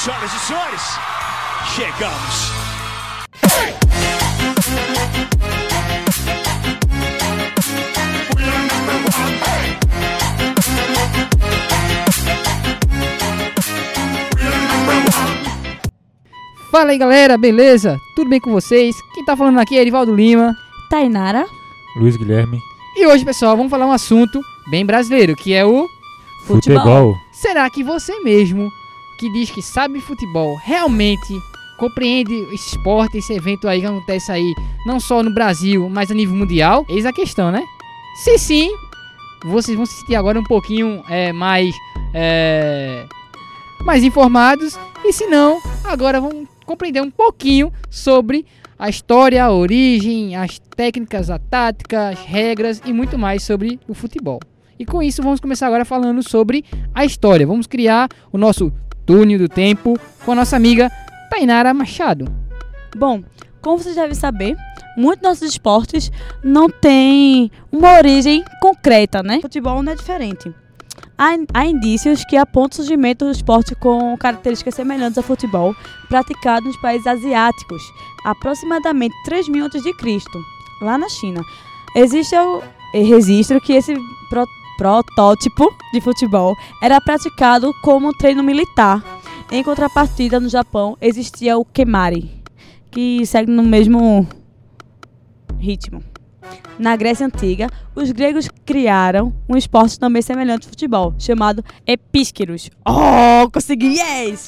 Senhoras e senhores, chegamos. Fala aí galera, beleza? Tudo bem com vocês? Quem tá falando aqui é Erivaldo Lima, Tainara, Luiz Guilherme. e hoje, pessoal, vamos falar um assunto bem brasileiro, que é o Futebol. Será que você mesmo, que diz que sabe futebol, realmente compreende esse esporte, esse evento aí que acontece aí, não só no Brasil, mas a nível mundial? Eis a questão, né? Se sim, vocês vão se sentir agora um pouquinho mais informados, e se não, agora vamos compreender um pouquinho sobre a história, a origem, as técnicas, a tática, as regras e muito mais sobre o futebol. E com isso vamos começar agora falando sobre a história. Vamos criar o nosso túnel do tempo com a nossa amiga Tainara Machado. Bom, como vocês devem saber, muitos nossos esportes não têm uma origem concreta, né? O futebol não é diferente. Há indícios que apontam o surgimento do esporte com características semelhantes ao futebol praticado nos países asiáticos, aproximadamente 3.000 a.C., lá na China. Existe o registro que esse protótipo de futebol era praticado como um treino militar. Em contrapartida, no Japão, existia o kemari, que segue no mesmo ritmo. Na Grécia Antiga, os gregos criaram um esporte também semelhante ao futebol, chamado epísqueros. Oh, consegui! Yes!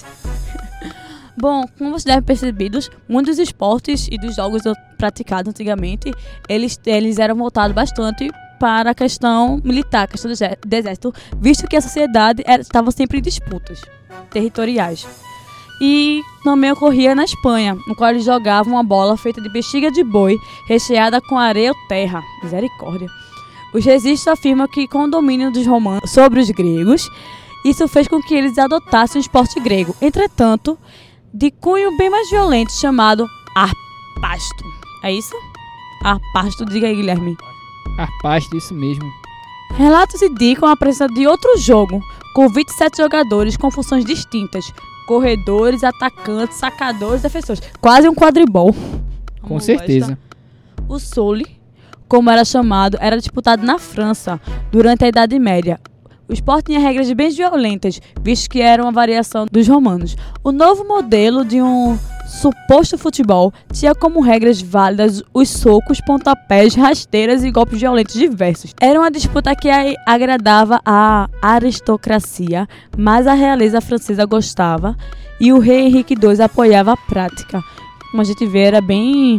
Bom, como vocês devem perceber, muitos dos esportes e dos jogos praticados antigamente, eles eram voltados bastante para a questão militar, a questão do exército, visto que a sociedade estava sempre em disputas territoriais. E também ocorria na Espanha, no qual eles jogavam uma bola feita de bexiga de boi, recheada com areia ou terra. Misericórdia. Os registros afirmam que, com o domínio dos romanos sobre os gregos, isso fez com que eles adotassem o esporte grego. Entretanto, de cunho bem mais violento, chamado arpasto. É isso? Arpasto, diga aí, Guilherme. Arpasto, isso mesmo. Relatos indicam a presença de outro jogo, com 27 jogadores com funções distintas. Corredores, atacantes, sacadores, defensores. Quase um quadribol. Com certeza. O sole, como era chamado, era disputado na França durante a Idade Média. O esporte tinha regras bem violentas, visto que era uma variação dos romanos. O novo modelo de um suposto futebol tinha como regras válidas os socos, pontapés, rasteiras e golpes violentos diversos. Era uma disputa que agradava a aristocracia, mas a realeza francesa gostava e o rei Henrique II apoiava a prática. Como a gente vê, era bem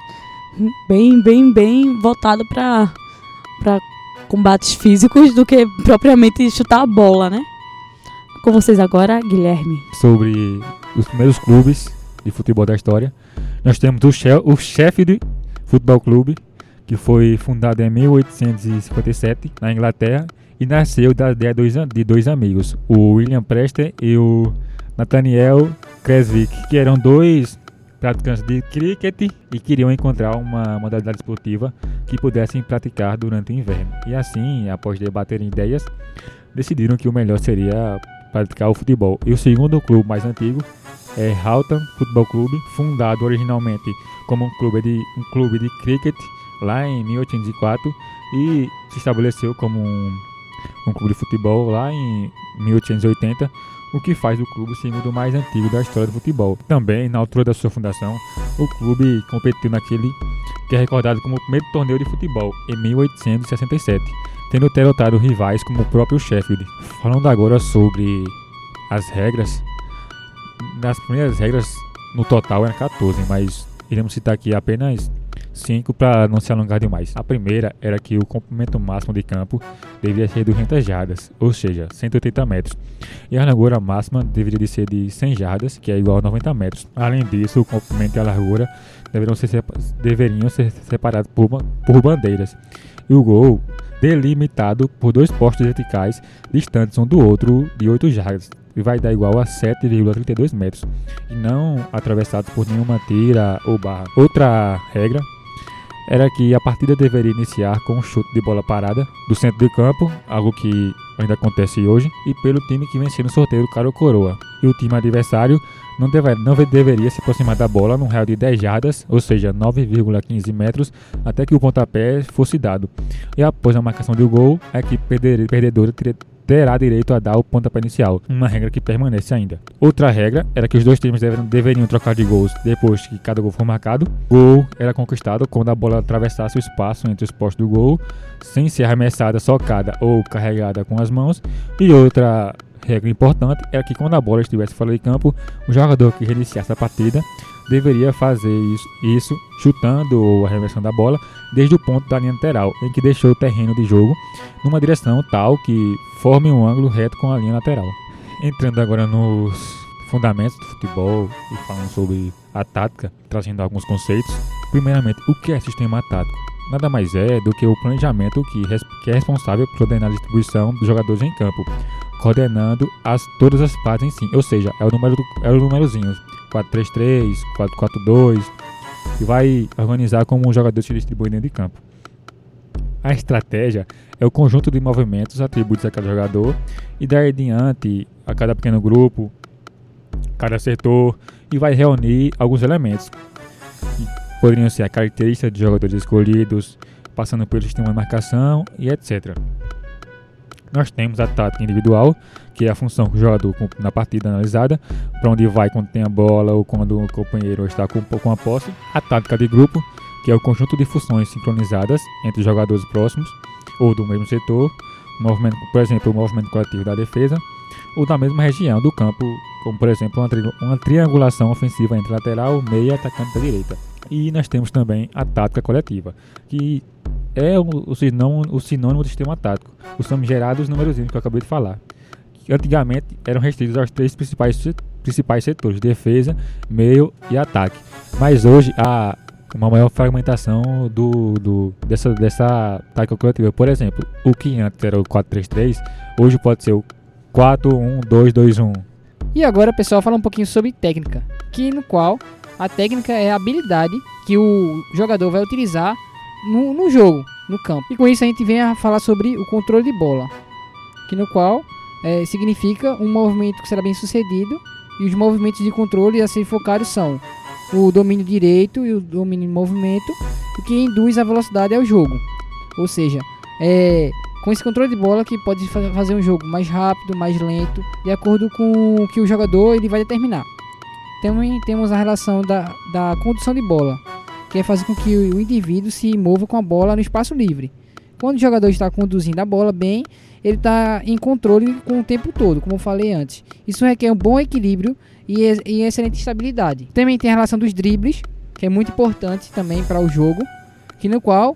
voltado para combates físicos do que propriamente chutar a bola, né? Com vocês agora, Guilherme. Sobre os primeiros clubes de futebol da história, nós temos o Sheffield Football Club, que foi fundado em 1857 na Inglaterra e nasceu da ideia de dois amigos, o William Preston e o Nathaniel Creswick, que eram dois praticantes de cricket e queriam encontrar uma modalidade esportiva que pudessem praticar durante o inverno. E assim, após debaterem ideias, decidiram que o melhor seria praticar o futebol. E o segundo clube mais antigo é Houghton Football Club, fundado originalmente como um clube de cricket lá em 1804 e se estabeleceu como um clube de futebol lá em 1880, o que faz do clube o segundo mais antigo da história do futebol. Também, na altura da sua fundação, o clube competiu naquele que é recordado como o primeiro torneio de futebol, em 1867, tendo derrotado rivais como o próprio Sheffield. Falando agora sobre as regras, nas primeiras regras no total eram 14, mas iremos citar aqui apenas 5 para não se alongar demais. A primeira era que o comprimento máximo de campo deveria ser 200 jardas, ou seja, 180 metros. E a largura máxima deveria ser de 100 jardas, que é igual a 90 metros. Além disso, o comprimento e a largura deveriam ser separados por bandeiras. E o gol delimitado por 2 postes verticais distantes um do outro de 8 jardas. E vai dar igual a 7,32 metros. E não atravessados por nenhuma tira ou barra. Outra regra era que a partida deveria iniciar com um chute de bola parada do centro do campo, algo que ainda acontece hoje, e pelo time que venceu no sorteio do cara ou coroa. E o time adversário não deveria se aproximar da bola num raio de 10 jardas, ou seja, 9,15 metros, até que o pontapé fosse dado. E após a marcação do gol, a equipe perdedora terá direito a dar o pontapé inicial, uma regra que permanece ainda. Outra regra era que os dois times deveriam trocar de gols depois que cada gol for marcado. O gol era conquistado quando a bola atravessasse o espaço entre os postos do gol, sem ser arremessada, socada ou carregada com as mãos. E outra regra importante era que quando a bola estivesse fora de campo, o jogador que reiniciasse a partida deveria fazer isso chutando ou arremessando a bola desde o ponto da linha lateral, em que deixou o terreno de jogo numa direção tal que forme um ângulo reto com a linha lateral. Entrando agora nos fundamentos do futebol e falando sobre a tática, trazendo alguns conceitos. Primeiramente, o que é sistema tático? Nada mais é do que o planejamento que é responsável por ordenar a distribuição dos jogadores em campo, coordenando todas as partes em si, ou seja, é o númerozinho 4-3-3, 4-4-2, e vai organizar como os jogadores se distribuem dentro de campo. A estratégia é o conjunto de movimentos atribuídos a cada jogador e daí diante a cada pequeno grupo, cada setor, e vai reunir alguns elementos que poderiam ser a característica de jogadores escolhidos, passando pelo sistema de marcação e etc. Nós temos a tática individual, que é a função que o jogador cumpre na partida analisada, para onde vai quando tem a bola ou quando o companheiro está com a posse. A tática de grupo, que é o conjunto de funções sincronizadas entre jogadores próximos ou do mesmo setor, por exemplo, o movimento coletivo da defesa, ou da mesma região do campo, como por exemplo uma triangulação ofensiva entre lateral, meia e atacante da direita. E nós temos também a tática coletiva, que é o sinônimo do sistema tático, os famigerados númerozinhos que eu acabei de falar. Que antigamente eram restritos aos 3 principais setores, defesa, meio e ataque. Mas hoje há uma maior fragmentação dessa tática coletiva. Por exemplo, o que antes era o 4-3-3, hoje pode ser o 4-1-2-2-1. E agora, pessoal, fala um pouquinho sobre técnica, no qual a técnica é a habilidade que o jogador vai utilizar no jogo, no campo. E com isso a gente vem a falar sobre o controle de bola, no qual significa um movimento que será bem sucedido, e os movimentos de controle a serem focados são o domínio direito e o domínio em movimento, o que induz a velocidade ao jogo. Ou seja, com esse controle de bola que pode fazer um jogo mais rápido, mais lento, de acordo com o que o jogador ele vai determinar. Também temos a relação da condução de bola, que é fazer com que o indivíduo se mova com a bola no espaço livre. Quando o jogador está conduzindo a bola bem, ele está em controle com o tempo todo, como eu falei antes. Isso requer um bom equilíbrio e excelente estabilidade. Também tem a relação dos dribles, que é muito importante também para o jogo, no qual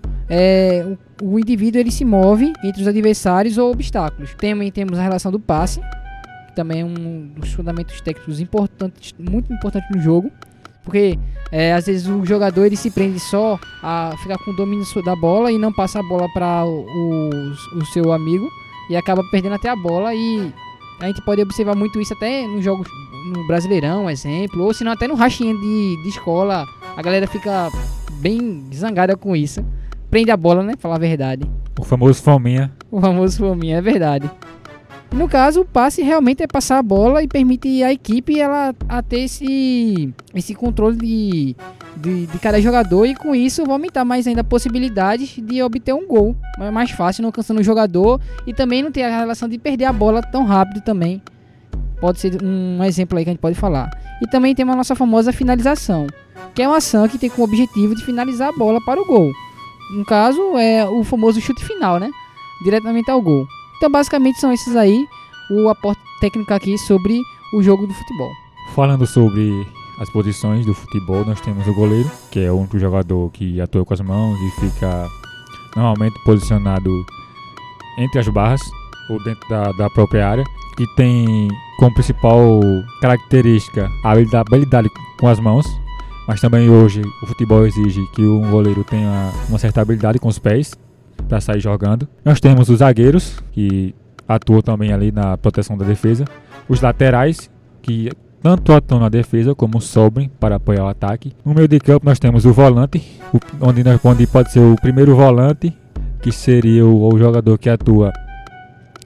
o indivíduo ele se move entre os adversários ou obstáculos. Também temos a relação do passe, que também é um dos fundamentos técnicos importantes, muito importante no jogo, porque às vezes o jogador ele se prende só a ficar com o domínio da bola e não passa a bola para o seu amigo e acaba perdendo até a bola, e a gente pode observar muito isso até nos jogos no Brasileirão, exemplo, ou se não até no rachinha de escola, a galera fica bem zangada com isso, prende a bola, né, falar a verdade. O famoso fominha. É verdade. No caso, o passe realmente é passar a bola e permite a equipe ela a ter esse controle de cada jogador, e com isso vai aumentar mais ainda a possibilidade de obter um gol. É mais fácil, não cansando o jogador, e também não ter a relação de perder a bola tão rápido também. Pode ser um exemplo aí que a gente pode falar. E também tem a nossa famosa finalização, que é uma ação que tem como objetivo de finalizar a bola para o gol. No caso, é o famoso chute final, né? Diretamente ao gol. Então, basicamente, são esses aí, o aporte técnico aqui sobre o jogo do futebol. Falando sobre as posições do futebol, nós temos o goleiro, que é o único jogador que atua com as mãos e fica normalmente posicionado entre as barras ou dentro da própria área, e tem como principal característica a habilidade com as mãos, mas também hoje o futebol exige que um goleiro tenha uma certa habilidade com os pés para sair jogando. Nós temos os zagueiros, que atuam também ali na proteção da defesa. Os laterais, que tanto atuam na defesa como sobrem para apoiar o ataque. No meio de campo nós temos o volante, onde pode ser o primeiro volante, que seria o jogador que atua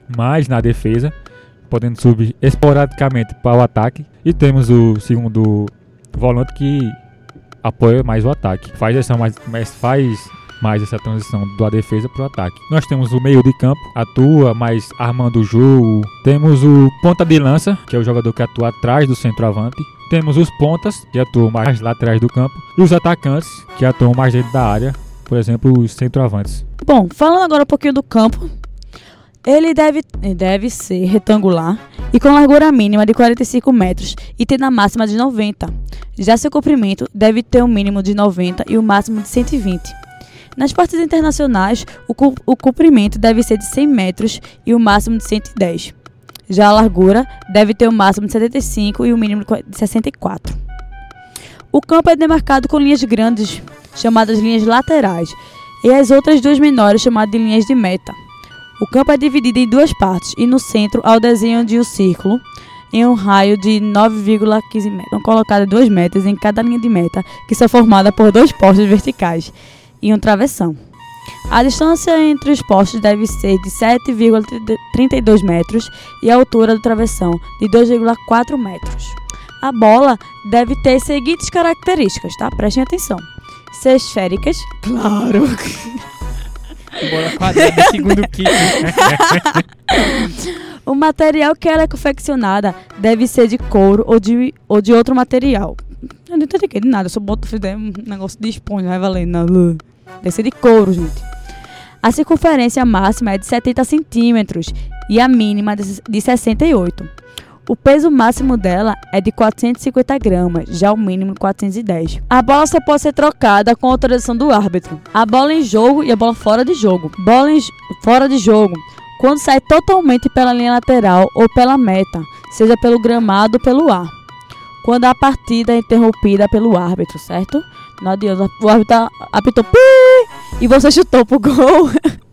mais na defesa, podendo subir esporadicamente para o ataque. E temos o segundo volante que apoia mais o ataque, faz mais essa transição da defesa para o ataque. Nós temos o meio de campo, atua mais armando o jogo. Temos o ponta de lança, que é o jogador que atua atrás do centroavante. Temos os pontas, que atuam mais laterais do campo. E os atacantes, que atuam mais dentro da área, por exemplo, os centroavantes. Bom, falando agora um pouquinho do campo, ele deve ser retangular e com largura mínima de 45 metros e tendo a máxima de 90. Já seu comprimento deve ter um mínimo de 90 e o máximo de 120. Nas partidas internacionais, o comprimento deve ser de 100 metros e o máximo de 110. Já a largura deve ter o máximo de 75 e o mínimo de 64. O campo é demarcado com linhas grandes, chamadas linhas laterais, e as outras duas menores, chamadas de linhas de meta. O campo é dividido em duas partes e no centro há o desenho de um círculo em um raio de 9,15 metros. São colocadas 2 metas em cada linha de meta, que são formadas por 2 postes verticais e um travessão. A distância entre os postes deve ser de 7,32 metros e a altura do travessão de 2,4 metros. A bola deve ter as seguintes características, tá? Prestem atenção. Ser esféricas, claro. Bola quadrada, segundo kit. O material que ela é confeccionada deve ser de couro ou de outro material. Eu não entendi de nada, eu só boto um negócio de esponja, vai valer. Não. Deve ser de couro, gente. A circunferência máxima é de 70 centímetros e a mínima de 68. O peso máximo dela é de 450 gramas, já o mínimo 410. A bola só pode ser trocada com autorização do árbitro. A bola em jogo e a bola fora de jogo. Fora de jogo, quando sai totalmente pela linha lateral ou pela meta, seja pelo gramado ou pelo ar. Quando a partida é interrompida pelo árbitro, certo? Não adianta, o árbitro apitou pi e você chutou pro gol.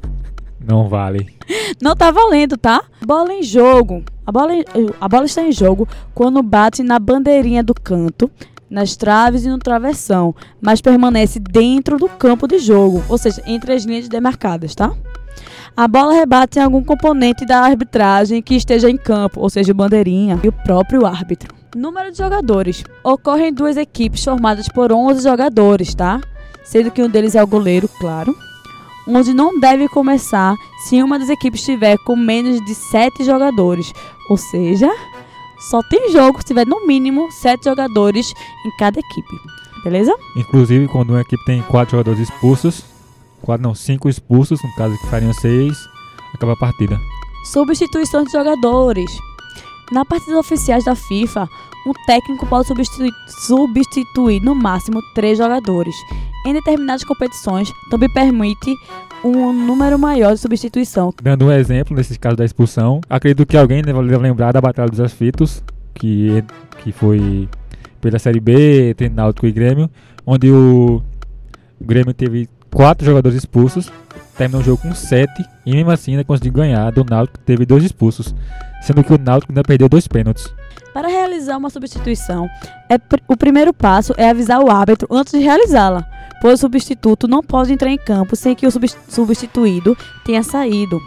Não vale. Não tá valendo, tá? Bola em jogo. A bola está em jogo quando bate na bandeirinha do canto, nas traves e no travessão, mas permanece dentro do campo de jogo, ou seja, entre as linhas demarcadas, tá? A bola rebate em algum componente da arbitragem que esteja em campo, ou seja, bandeirinha e o próprio árbitro. Número de jogadores. Ocorrem 2 equipes formadas por 11 jogadores, tá? Sendo que um deles é o goleiro, claro. Onde não deve começar se uma das equipes estiver com menos de 7 jogadores. Ou seja, só tem jogo se tiver no mínimo 7 jogadores em cada equipe. Beleza? Inclusive, quando uma equipe tem 4 jogadores expulsos, 5 expulsos, no caso que fariam 6, acaba a partida. Substituições de jogadores. Na partidas oficiais da FIFA, um técnico pode substituir no máximo 3 jogadores. Em determinadas competições, também permite um número maior de substituição. Dando um exemplo, nesse caso da expulsão, acredito que alguém deve lembrar da Batalha dos Aflitos, que foi pela Série B, entre Náutico e Grêmio, onde o Grêmio teve 4 jogadores expulsos, terminou o jogo com 7, e mesmo assim ainda conseguiu ganhar do Náutico, que teve 2 expulsos, sendo que o Náutico ainda perdeu 2 pênaltis. Para realizar uma substituição, o primeiro passo é avisar o árbitro antes de realizá-la, pois o substituto não pode entrar em campo sem que o substituído tenha saído.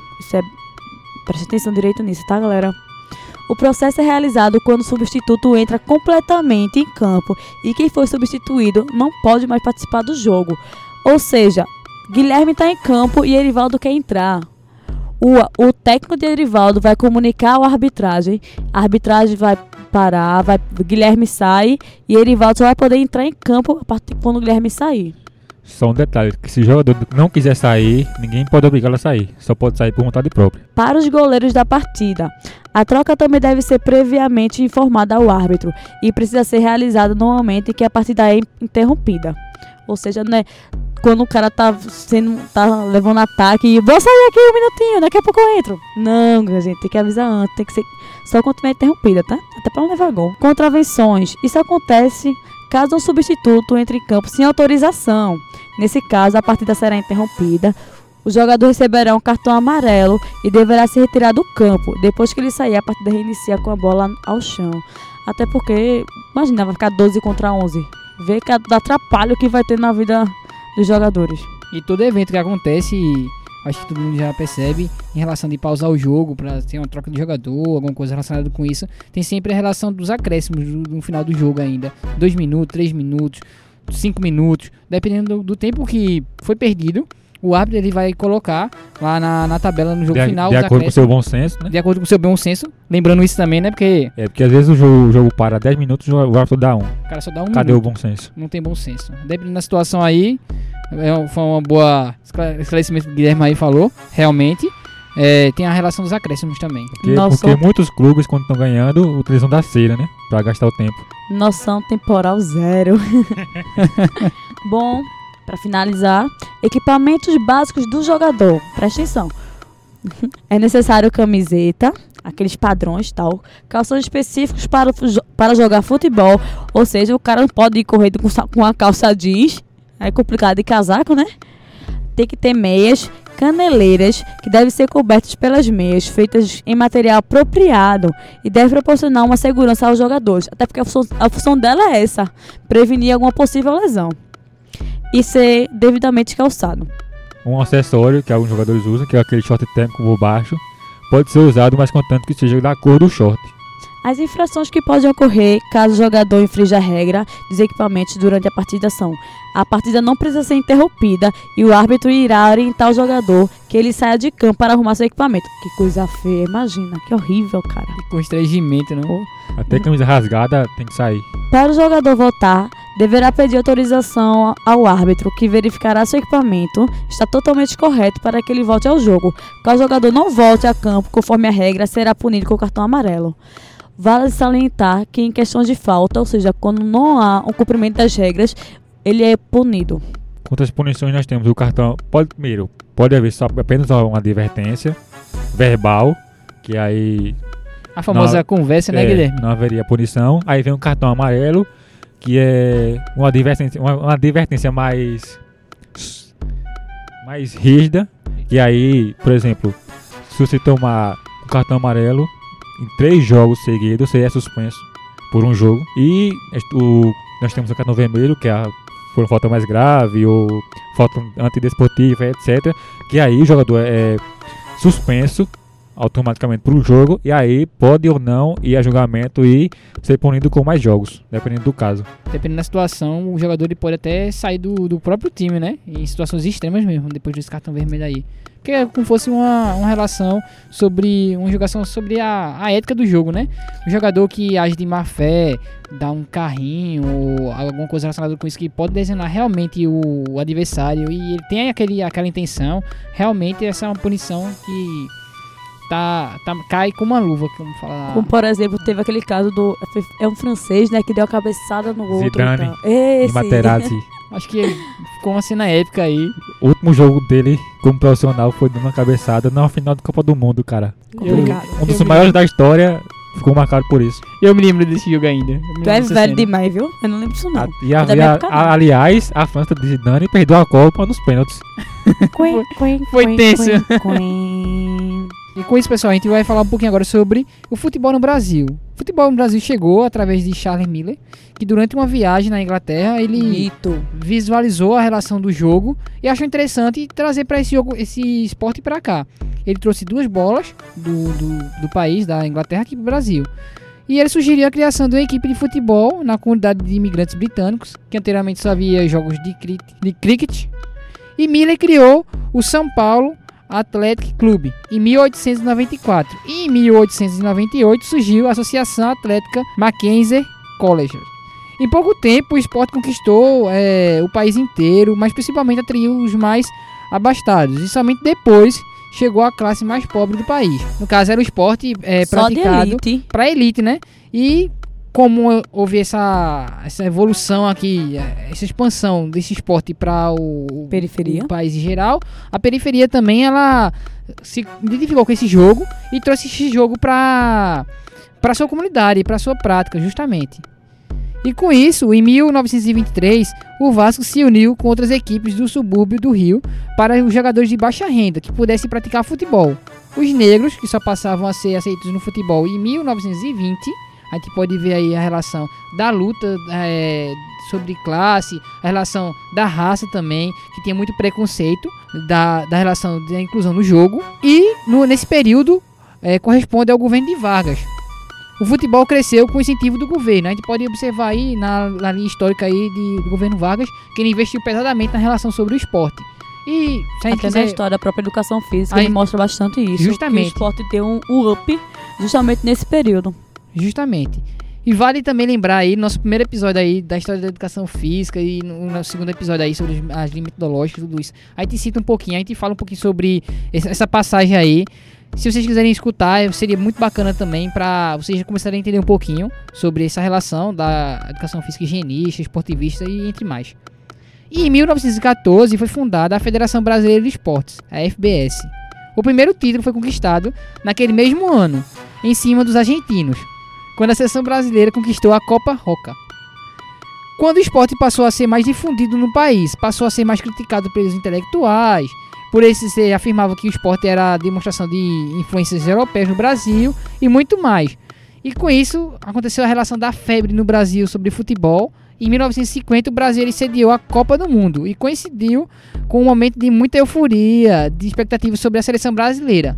Preste atenção direito nisso, tá, galera? O processo é realizado quando o substituto entra completamente em campo e quem foi substituído não pode mais participar do jogo. Ou seja, Guilherme está em campo e Erivaldo quer entrar. O técnico de Erivaldo vai comunicar à arbitragem, a arbitragem vai parar, Guilherme sai e Erivaldo só vai poder entrar em campo a partir quando o Guilherme sair. Só um detalhe, que se o jogador não quiser sair, ninguém pode obrigá-lo a sair, só pode sair por vontade própria. Para os goleiros da partida, a troca também deve ser previamente informada ao árbitro e precisa ser realizada no momento em que a partida é interrompida. Ou seja, né, quando o cara tá levando ataque e vou sair aqui um minutinho, daqui a pouco eu entro. Não, gente, tem que avisar antes, tem que ser só quando tiver interrompida, tá? Até para não levar gol. Contravenções. Isso acontece caso um substituto entre em campo sem autorização. Nesse caso, a partida será interrompida. O jogador receberá um cartão amarelo e deverá se retirar do campo. Depois que ele sair, a partida reinicia com a bola ao chão. Até porque, imagina, vai ficar 12 contra 11. Vê que dá atrapalho que vai ter na vida dos jogadores. E todo evento que acontece acho que todo mundo já percebe, em relação de pausar o jogo para ter uma troca de jogador, alguma coisa relacionada com isso, tem sempre a relação dos acréscimos no final do jogo ainda. 2 minutos, 3 minutos, 5 minutos, dependendo do tempo que foi perdido, o árbitro ele vai colocar lá na tabela no jogo final. De acordo com o seu bom senso, né? De acordo com o seu bom senso. Lembrando isso também, né? Porque porque às vezes o jogo para 10 minutos e o árbitro dá 1. o cara só dá 1 Cadê minuto. o bom senso? Não tem bom senso. Dependendo da situação aí, foi uma boa esclarecimento que o Guilherme aí falou. Realmente, tem a relação dos acréscimos também. Porque muitos clubes, quando estão ganhando, utilizam da cera, né? Pra gastar o tempo. Noção temporal zero. Bom, para finalizar, equipamentos básicos do jogador. Presta atenção. É necessário camiseta, aqueles padrões tal, calções específicos para jogar futebol. Ou seja, o cara não pode ir correndo com a calça jeans. É complicado, de casaco, né? Tem que ter meias, caneleiras, que devem ser cobertas pelas meias, feitas em material apropriado e deve proporcionar uma segurança aos jogadores. Até porque a função dela é essa, prevenir alguma possível lesão. E ser devidamente calçado. Um acessório que alguns jogadores usam, que é aquele short térmico por baixo, pode ser usado, mas contanto que seja da cor do short. As infrações que podem ocorrer caso o jogador infrinja a regra dos equipamentos durante a partida são: a partida não precisa ser interrompida e o árbitro irá orientar o jogador que ele saia de campo para arrumar seu equipamento. Que coisa feia, imagina, que horrível, cara. Que constrangimento, não? Até camisa rasgada tem que sair. Para o jogador voltar, deverá pedir autorização ao árbitro, que verificará se o equipamento está totalmente correto para que ele volte ao jogo. Caso o jogador não volte a campo conforme a regra, será punido com o cartão amarelo. Vale salientar que em questões de falta, ou seja, quando não há um cumprimento das regras, ele é punido. Quantas punições nós temos? O cartão pode haver só apenas uma advertência verbal, que aí A famosa conversa, né, Guilherme? não haveria punição. Aí vem um cartão amarelo, que é uma advertência mais rígida. E aí, por exemplo, se você tomar um cartão amarelo em 3 jogos seguidos, você é suspenso por um jogo. E nós temos o cartão vermelho, que é por falta mais grave ou falta antidesportiva, etc. Que aí o jogador é suspenso automaticamente para o jogo, e aí pode ou não ir a julgamento e ser punido com mais jogos, dependendo do caso. Dependendo da situação, o jogador ele pode até sair do próprio time, né? Em situações extremas mesmo, depois desse cartão vermelho aí. Porque é como fosse uma relação sobre uma jogação sobre a ética do jogo, né? O jogador que age de má fé, dá um carrinho ou alguma coisa relacionada com isso que pode desenhar realmente o adversário e ele tem aquela intenção, realmente essa é uma punição que cai com uma luva, como fala. Como, por exemplo, teve aquele caso é um francês, né, que deu a cabeçada no outro. Zidane, então. Esse. e Materazzi. Acho que ficou uma cena épica aí. O último jogo dele como profissional foi dando uma cabeçada na final da Copa do Mundo, cara. Complicado. Um dos maiores da história ficou marcado por isso. Eu me lembro desse jogo ainda. Tu é velho demais, viu? Eu não lembro disso não. Aliás, a França de Zidane perdeu a Copa nos pênaltis. Foi tenso. E com isso, pessoal, a gente vai falar um pouquinho agora sobre o futebol no Brasil. O futebol no Brasil chegou através de Charles Miller, que durante uma viagem na Inglaterra, ele visualizou a relação do jogo e achou interessante trazer para esse esporte para cá. Ele trouxe 2 bolas do país, da Inglaterra, aqui para o Brasil. E ele sugeriu a criação de uma equipe de futebol na comunidade de imigrantes britânicos, que anteriormente só havia jogos de cricket. E Miller criou o São Paulo Athletic Club em 1894 e em 1898 surgiu a Associação Atlética Mackenzie College. Em pouco tempo o esporte conquistou o país inteiro, mas principalmente atraiu os mais abastados e somente depois chegou à classe mais pobre do país. No caso era o esporte praticado para a elite, né? E como houve essa evolução aqui, essa expansão desse esporte para o país em geral, a periferia também ela se identificou com esse jogo e trouxe esse jogo para sua comunidade, para sua prática, justamente. E com isso, em 1923, o Vasco se uniu com outras equipes do subúrbio do Rio para os jogadores de baixa renda que pudessem praticar futebol. Os negros, que só passavam a ser aceitos no futebol em 1920, A gente pode ver aí a relação da luta sobre classe, a relação da raça também, que tinha muito preconceito da relação da inclusão no jogo. E nesse período corresponde ao governo de Vargas. O futebol cresceu com o incentivo do governo. A gente pode observar aí na linha histórica aí do governo Vargas que ele investiu pesadamente na relação sobre o esporte. E se a gente Até quiser... na história da própria educação física, Aí, ele mostra bastante isso. justamente. Que o esporte tem um up justamente nesse período. Justamente. E vale também lembrar aí, nosso primeiro episódio aí da história da educação física e no segundo episódio aí sobre as linhas metodológicas, tudo isso. A gente cita um pouquinho, a gente fala um pouquinho sobre essa passagem aí. Se vocês quiserem escutar, seria muito bacana também para vocês começarem a entender um pouquinho sobre essa relação da educação física higienista, esportivista e entre mais. E em 1914 foi fundada a Federação Brasileira de Esportes, a FBS. O primeiro título foi conquistado naquele mesmo ano, em cima dos argentinos, quando a seleção brasileira conquistou a Copa Roca. Quando o esporte passou a ser mais difundido no país, passou a ser mais criticado pelos intelectuais, por esses afirmavam que o esporte era a demonstração de influências europeias no Brasil e muito mais. E com isso aconteceu a relação da febre no Brasil sobre futebol. Em 1950 o Brasil ele sediou a Copa do Mundo e coincidiu com um momento de muita euforia, de expectativa sobre a seleção brasileira.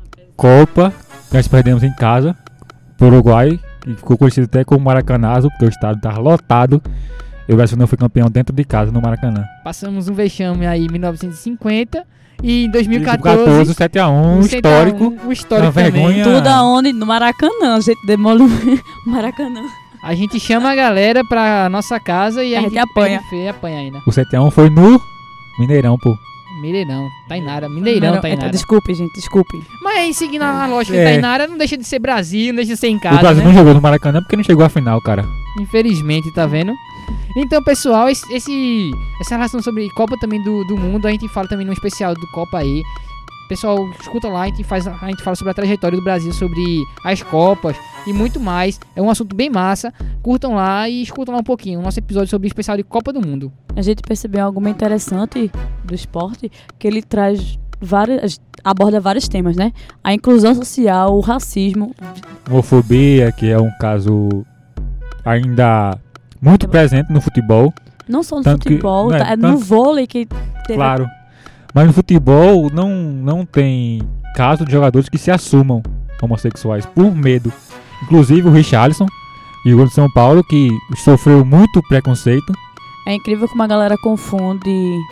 Copa, nós perdemos em casa pro Uruguai, e ficou conhecido até como Maracanazo, porque o estádio estava lotado. E o Brasil não foi campeão dentro de casa no Maracanã. Passamos um vexame aí em 1950 e em 2014... 2014, 7x1, histórico. O histórico uma também. vergonha. Tudo aonde? No Maracanã. A gente demoliu o Maracanã. A gente chama a galera pra nossa casa e a gente apanha. perde feio e apanha ainda. O 7x1 foi no Mineirão, pô. Mineirão, Tainara. Mineirão, Tainara. Desculpe, gente, desculpe. Mas aí, seguindo a lógica de Tainara, não deixa de ser Brasil, não deixa de ser em O casa, Brasil né? não jogou no Maracanã porque não chegou à final, cara. Infelizmente, tá vendo? Então, pessoal, essa relação sobre Copa também do Mundo, a gente fala também num especial do Copa aí. Pessoal, escuta lá, a gente fala sobre a trajetória do Brasil, sobre as Copas e muito mais. É um assunto bem massa. Curtam lá e escutam lá um pouquinho o nosso episódio sobre o especial de Copa do Mundo. A gente percebeu algo bem interessante do esporte, que ele aborda vários temas, né? A inclusão social, o racismo. Homofobia, que é um caso ainda muito presente no futebol. Não só no Tanto que- futebol, não é, é no tanto- vôlei que teve. Claro. Mas no futebol não tem caso de jogadores que se assumam homossexuais por medo. Inclusive o Richarlison, e o gol de São Paulo, que sofreu muito preconceito. É incrível como a galera confunde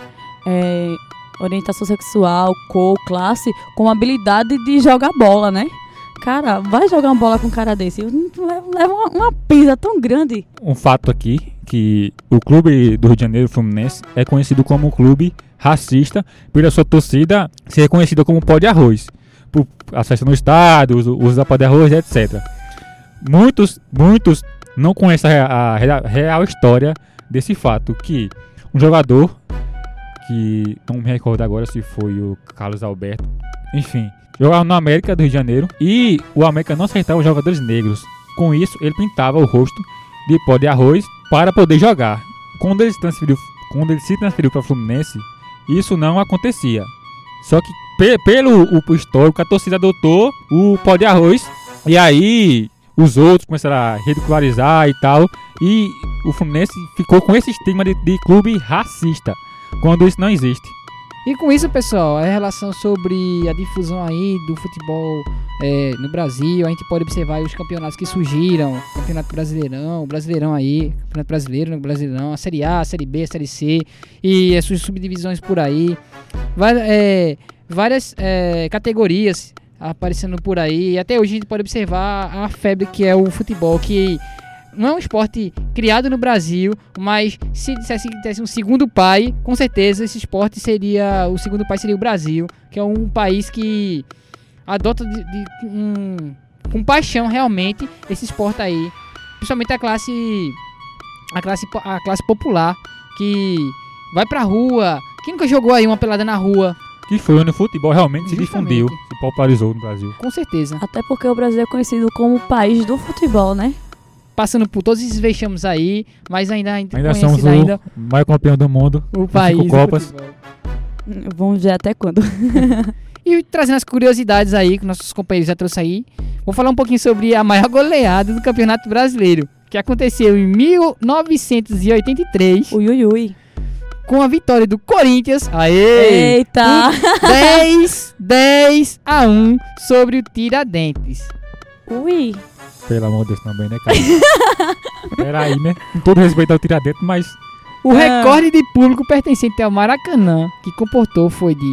orientação sexual, cor, classe com habilidade de jogar bola, né? Cara, vai jogar uma bola com um cara desse. Leva uma pisa tão grande. Um fato aqui, que o clube do Rio de Janeiro, Fluminense, é conhecido como um clube racista, pela sua torcida ser reconhecida como pó de arroz. Por acesso no estádio, uso da pó de arroz, etc. Muitos não conhecem a real história desse fato, que um jogador, que não me recordo agora se foi o Carlos Alberto, enfim, jogava no América do Rio de Janeiro e o América não aceitava os jogadores negros. Com isso, ele pintava o rosto de pó de arroz para poder jogar. Quando ele se transferiu para o Fluminense, isso não acontecia. Só que pelo o histórico, a torcida adotou o pó de arroz e aí os outros começaram a ridicularizar e tal. E o Fluminense ficou com esse estigma de clube racista, quando isso não existe. E com isso, pessoal, a relação sobre a difusão aí do futebol no Brasil, a gente pode observar os campeonatos que surgiram, Campeonato Brasileirão, o Brasileirão aí, Campeonato Brasileiro, no Brasileirão, a Série A, a Série B, a Série C e as suas subdivisões por aí, várias categorias aparecendo por aí, e até hoje a gente pode observar a febre que é o futebol, que não é um esporte criado no Brasil, mas se dissesse um segundo pai, com certeza esse esporte seria, o segundo pai seria o Brasil, que é um país que adota com paixão realmente esse esporte aí, principalmente a classe popular, que vai pra rua. Quem nunca jogou aí uma pelada na rua? Que foi onde o futebol realmente se Justamente. difundiu, se popularizou no Brasil. Com certeza. Até porque o Brasil é conhecido como o país do futebol, né? Passando por todos esses vexames aí, mas ainda Ainda conhecido somos ainda o maior campeão do mundo. o com país 5 do Copas. futebol. Vamos ver até quando. E trazendo as curiosidades aí, que nossos companheiros já trouxeram aí, vou falar um pouquinho sobre a maior goleada do Campeonato Brasileiro, que aconteceu em 1983, Ui. com a vitória do Corinthians, aê, Eita! 10-1 sobre o Tiradentes. Ui. Pelo amor de Deus também, né, cara? Peraí, né? Com todo respeito ao Tiradentes, mas O recorde de público pertencente ao Maracanã, que comportou, foi de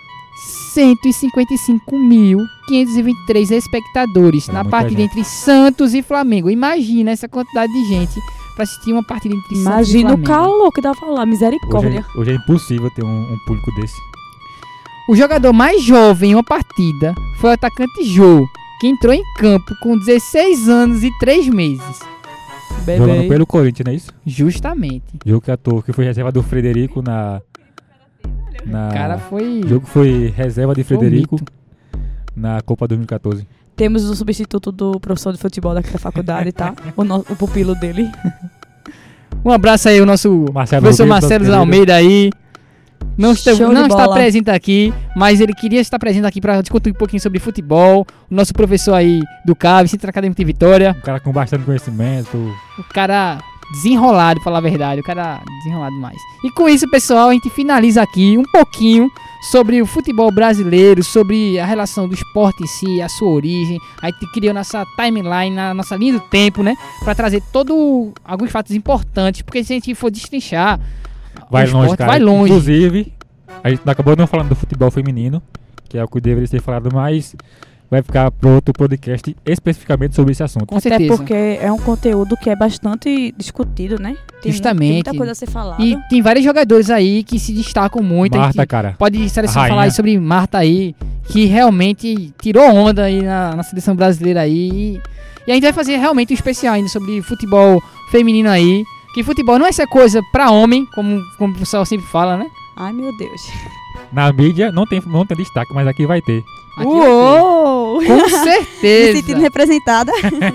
155.523 espectadores Era na muita partida gente. entre Santos e Flamengo. Imagina essa quantidade de gente para assistir uma partida entre Santos e Imagina o Flamengo. calor que dá pra falar, misericórdia. hoje é impossível ter um público desse. O jogador mais jovem em uma partida foi o atacante Jô, que entrou em campo com 16 anos e 3 meses. Jogando pelo Corinthians, não é isso? Justamente. Jogo que foi reserva do Frederico na O cara foi... jogo que foi reserva de Foi um Frederico mito. na Copa 2014. Temos o substituto do professor de futebol daqui da faculdade, tá? O pupilo dele. Um abraço aí ao nosso Marcelo professor Rodrigues, Marcelo nosso Almeida aí. Não, Show de não está bola. presente aqui, mas ele queria estar presente aqui para discutir um pouquinho sobre futebol. O nosso professor aí do CAV, Centro Acadêmico de Vitória. Um cara com bastante conhecimento. O cara desenrolado, pra falar a verdade. O cara desenrolado demais. E com isso, pessoal, a gente finaliza aqui um pouquinho sobre o futebol brasileiro, sobre a relação do esporte em si, a sua origem. A gente criou nossa timeline, na nossa linha do tempo, né? Pra trazer alguns fatos importantes, porque se a gente for destrinchar, Vai o longe, esporte cara. vai longe. Inclusive, a gente acabou não falando do futebol feminino, que é o que deveria ser falado, mas vai ficar para outro podcast especificamente sobre esse assunto. Com Até certeza. porque é um conteúdo que é bastante discutido, né? Tem Justamente. muita coisa a ser falada. E tem vários jogadores aí que se destacam muito. A Marta, gente cara. pode seleção a rainha. falar aí sobre Marta aí, que realmente tirou onda aí na seleção brasileira aí. E a gente vai fazer realmente um especial ainda sobre futebol feminino aí. Que futebol não é essa coisa pra homem, como o pessoal sempre fala, né? Ai, meu Deus. Na mídia não tem destaque, mas aqui vai ter. Aqui Uou! vai ter. Com Me certeza. sentindo representada.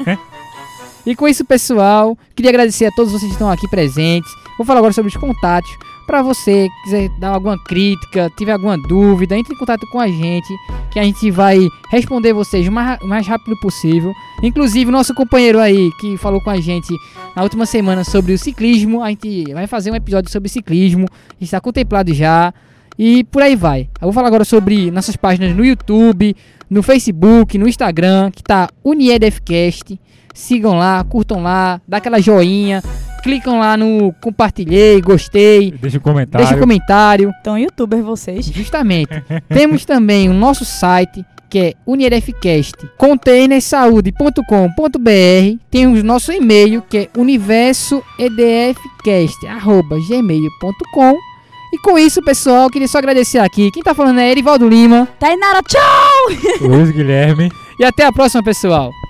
E com isso, pessoal, queria agradecer a todos vocês que estão aqui presentes. Vou falar agora sobre os contatos. Para você que quiser dar alguma crítica, tiver alguma dúvida, entre em contato com a gente, que a gente vai responder vocês o mais rápido possível. Inclusive, nosso companheiro aí, que falou com a gente na última semana sobre o ciclismo, a gente vai fazer um episódio sobre ciclismo, está contemplado já. E por aí vai. Eu vou falar agora sobre nossas páginas no YouTube, no Facebook, no Instagram, que tá UniedFcast. Sigam lá, curtam lá, dá aquela joinha, clicam lá no compartilhei, gostei, Deixa um comentário. deixa um comentário. Então, youtuber vocês. Justamente. Temos também o nosso site, que é UniedFcast, containersaude.com.br. Tem o nosso e-mail, que é universoedfcast@gmail.com. E com isso, pessoal, queria só agradecer aqui. Quem tá falando é Erivaldo Lima. Tainara, tchau! Luiz Guilherme. E até a próxima, pessoal.